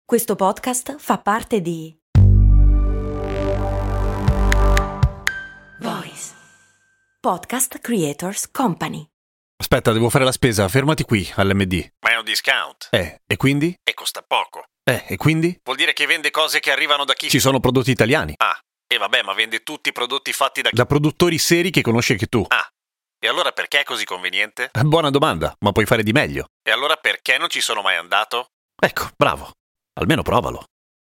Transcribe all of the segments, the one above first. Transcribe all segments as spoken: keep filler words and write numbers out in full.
Questo podcast fa parte di Voice Podcast Creators Company. Aspetta, devo fare la spesa, fermati qui all'M D. Ma è un discount. Eh, e quindi? E costa poco. Eh, e quindi? Vuol dire che vende cose che arrivano da chi? Ci sono prodotti italiani. Ah, e vabbè, ma vende tutti i prodotti fatti da chi? Da produttori seri che conosci anche tu. Ah, e allora perché è così conveniente? Buona domanda, ma puoi fare di meglio. E allora perché non ci sono mai andato? Ecco, bravo. Almeno provalo.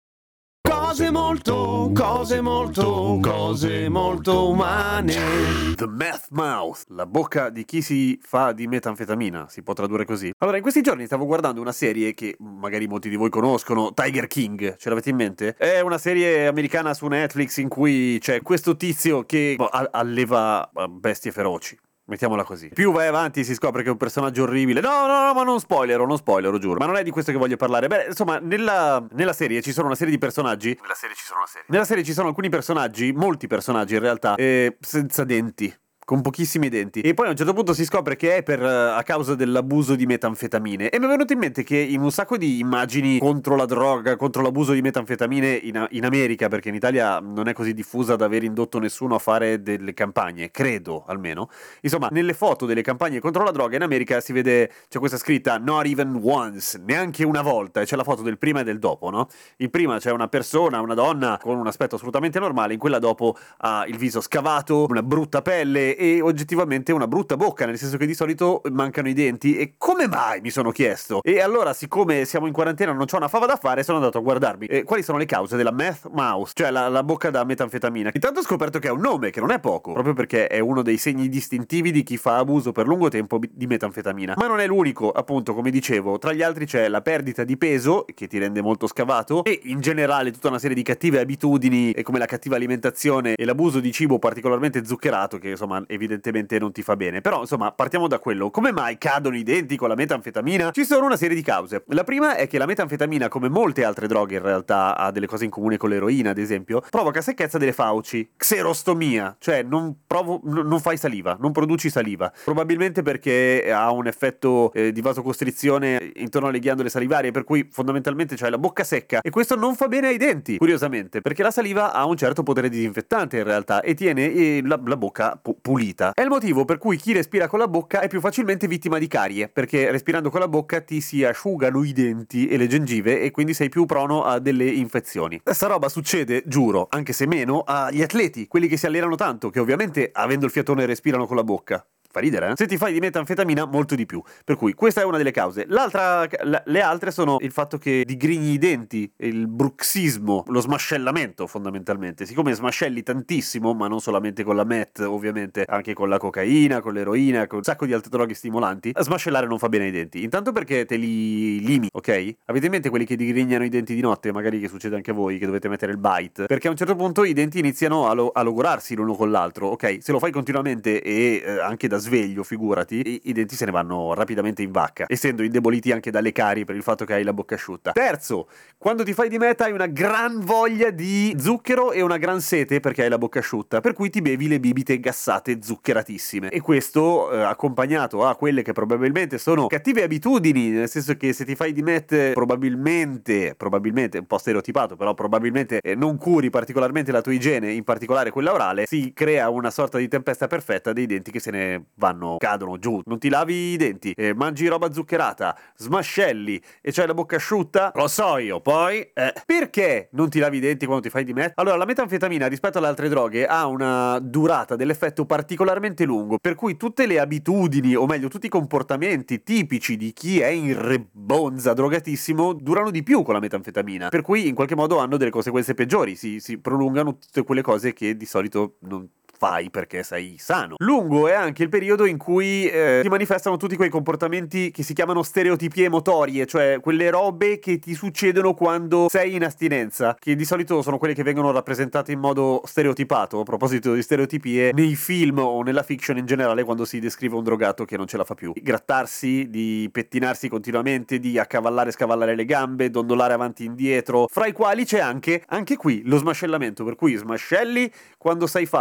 Cose molto, cose molto, cose molto umane. The Meth Mouth, la bocca di chi si fa di metanfetamina, si può tradurre così. Allora, in questi giorni stavo guardando una serie che magari molti di voi conoscono, Tiger King, ce l'avete in mente? È una serie americana su Netflix in cui c'è questo tizio che boh, alleva bestie feroci. Mettiamola così. Più vai avanti si scopre che è un personaggio orribile. No, no, no, ma non spoilero, non spoilero, giuro. Ma non è di questo che voglio parlare. Beh, insomma, nella, nella serie ci sono una serie di personaggi. Nella serie ci sono una serie. Nella serie ci sono alcuni personaggi, molti personaggi in realtà, eh, senza denti. Con pochissimi denti. E poi a un certo punto si scopre che è per uh, a causa dell'abuso di metanfetamine. E mi è venuto in mente che in un sacco di immagini contro la droga, contro l'abuso di metanfetamine in, in America, perché in Italia non è così diffusa da aver indotto nessuno a fare delle campagne, credo almeno. Insomma, nelle foto delle campagne contro la droga in America si vede, c'è questa scritta not even once, neanche una volta, e c'è la foto del prima e del dopo, no? In prima c'è una persona, una donna con un aspetto assolutamente normale, in quella dopo ha il viso scavato, una brutta pelle e oggettivamente una brutta bocca, nel senso che di solito mancano i denti. E come mai, mi sono chiesto? E allora, siccome siamo in quarantena, non c'ho una fava da fare, sono andato a guardarmi eh, quali sono le cause della meth mouth, cioè la, la bocca da metanfetamina. Intanto ho scoperto che è un nome, che non è poco, proprio perché è uno dei segni distintivi di chi fa abuso per lungo tempo di metanfetamina. Ma non è l'unico, appunto, come dicevo. Tra gli altri c'è la perdita di peso, che ti rende molto scavato, e in generale tutta una serie di cattive abitudini, come la cattiva alimentazione e l'abuso di cibo particolarmente zuccherato, che insomma evidentemente non ti fa bene. Però insomma partiamo da quello. Come mai cadono i denti con la metanfetamina? Ci sono una serie di cause. La prima è che la metanfetamina, come molte altre droghe in realtà, ha delle cose in comune con l'eroina ad esempio, provoca secchezza delle fauci, xerostomia, cioè non, provo, n- non fai saliva, non produci saliva, probabilmente perché ha un effetto eh, di vasocostrizione intorno alle ghiandole salivarie, per cui fondamentalmente c'hai la bocca secca e questo non fa bene ai denti, curiosamente, perché la saliva ha un certo potere disinfettante in realtà e tiene eh, la, la bocca pu- pulita. È il motivo per cui chi respira con la bocca è più facilmente vittima di carie, perché respirando con la bocca ti si asciugano i denti e le gengive e quindi sei più prono a delle infezioni. Questa roba succede, giuro, anche se meno, agli atleti, quelli che si allenano tanto, che ovviamente avendo il fiatone respirano con la bocca. Fa ridere, eh? Se ti fai di metanfetamina, molto di più. Per cui questa è una delle cause. L'altra, la, le altre sono il fatto che digrigni i denti, il bruxismo, lo smascellamento fondamentalmente. Siccome smascelli tantissimo, ma non solamente con la meth, ovviamente, anche con la cocaina, con l'eroina, con un sacco di altre droghe stimolanti, smascellare non fa bene ai denti. Intanto perché te li limi, ok? Avete in mente quelli che digrignano i denti di notte, magari che succede anche a voi, che dovete mettere il bite? Perché a un certo punto i denti iniziano a, lo- a logorarsi l'uno con l'altro, ok? Se lo fai continuamente e eh, anche da sveglio, figurati, i, i denti se ne vanno rapidamente in vacca, essendo indeboliti anche dalle carie per il fatto che hai la bocca asciutta. Terzo, quando ti fai di meta hai una gran voglia di zucchero e una gran sete perché hai la bocca asciutta, per cui ti bevi le bibite gassate zuccheratissime. E questo eh, accompagnato a quelle che probabilmente sono cattive abitudini, nel senso che se ti fai di met probabilmente, probabilmente, un po' stereotipato, però probabilmente eh, non curi particolarmente la tua igiene, in particolare quella orale, si crea una sorta di tempesta perfetta dei denti che se ne vanno, cadono giù. Non ti lavi i denti, eh, mangi roba zuccherata, smascelli e c'hai la bocca asciutta, lo so io. Poi eh, perché non ti lavi i denti quando ti fai di meth? Allora, la metanfetamina rispetto alle altre droghe ha una durata dell'effetto particolarmente lungo, per cui tutte le abitudini, o meglio tutti i comportamenti tipici di chi è in rebonza drogatissimo durano di più con la metanfetamina, per cui in qualche modo hanno delle conseguenze peggiori, si, si prolungano tutte quelle cose che di solito non fai perché sei sano. Lungo è anche il periodo in cui eh, si manifestano tutti quei comportamenti che si chiamano stereotipie motorie, cioè quelle robe che ti succedono quando sei in astinenza, che di solito sono quelle che vengono rappresentate in modo stereotipato. A proposito di stereotipie, nei film o nella fiction in generale, quando si descrive un drogato che non ce la fa più, grattarsi, di pettinarsi continuamente, di accavallare e scavallare le gambe, dondolare avanti e indietro, fra i quali c'è anche, anche qui, lo smascellamento, per cui smascelli quando sei fatto, smascelli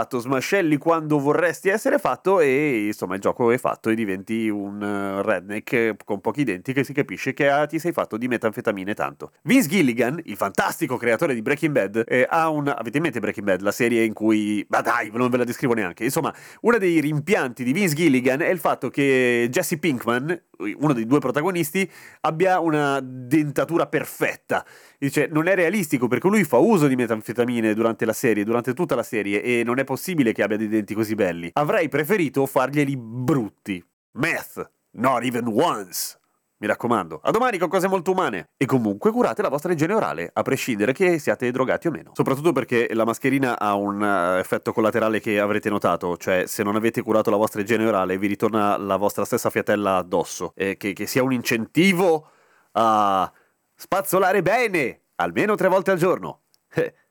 ruscelli quando vorresti essere fatto e insomma il gioco è fatto e diventi un uh, redneck con pochi denti che si capisce che ah, ti sei fatto di metanfetamine tanto. Vince Gilligan, il fantastico creatore di Breaking Bad, eh, ha un... avete in mente Breaking Bad, la serie in cui... ma dai, non ve la descrivo neanche. Insomma, uno dei rimpianti di Vince Gilligan è il fatto che Jesse Pinkman, uno dei due protagonisti, abbia una dentatura perfetta. Dice, non è realistico perché lui fa uso di metanfetamine durante la serie, durante tutta la serie, e non è possibile che abbia dei denti così belli. Avrei preferito farglieli brutti. Meth, not even once. Mi raccomando, a domani con cose molto umane. E comunque curate la vostra igiene orale, a prescindere che siate drogati o meno. Soprattutto perché la mascherina ha un uh, effetto collaterale che avrete notato, cioè se non avete curato la vostra igiene orale vi ritorna la vostra stessa fiatella addosso. E che, che sia un incentivo a spazzolare bene, almeno tre volte al giorno.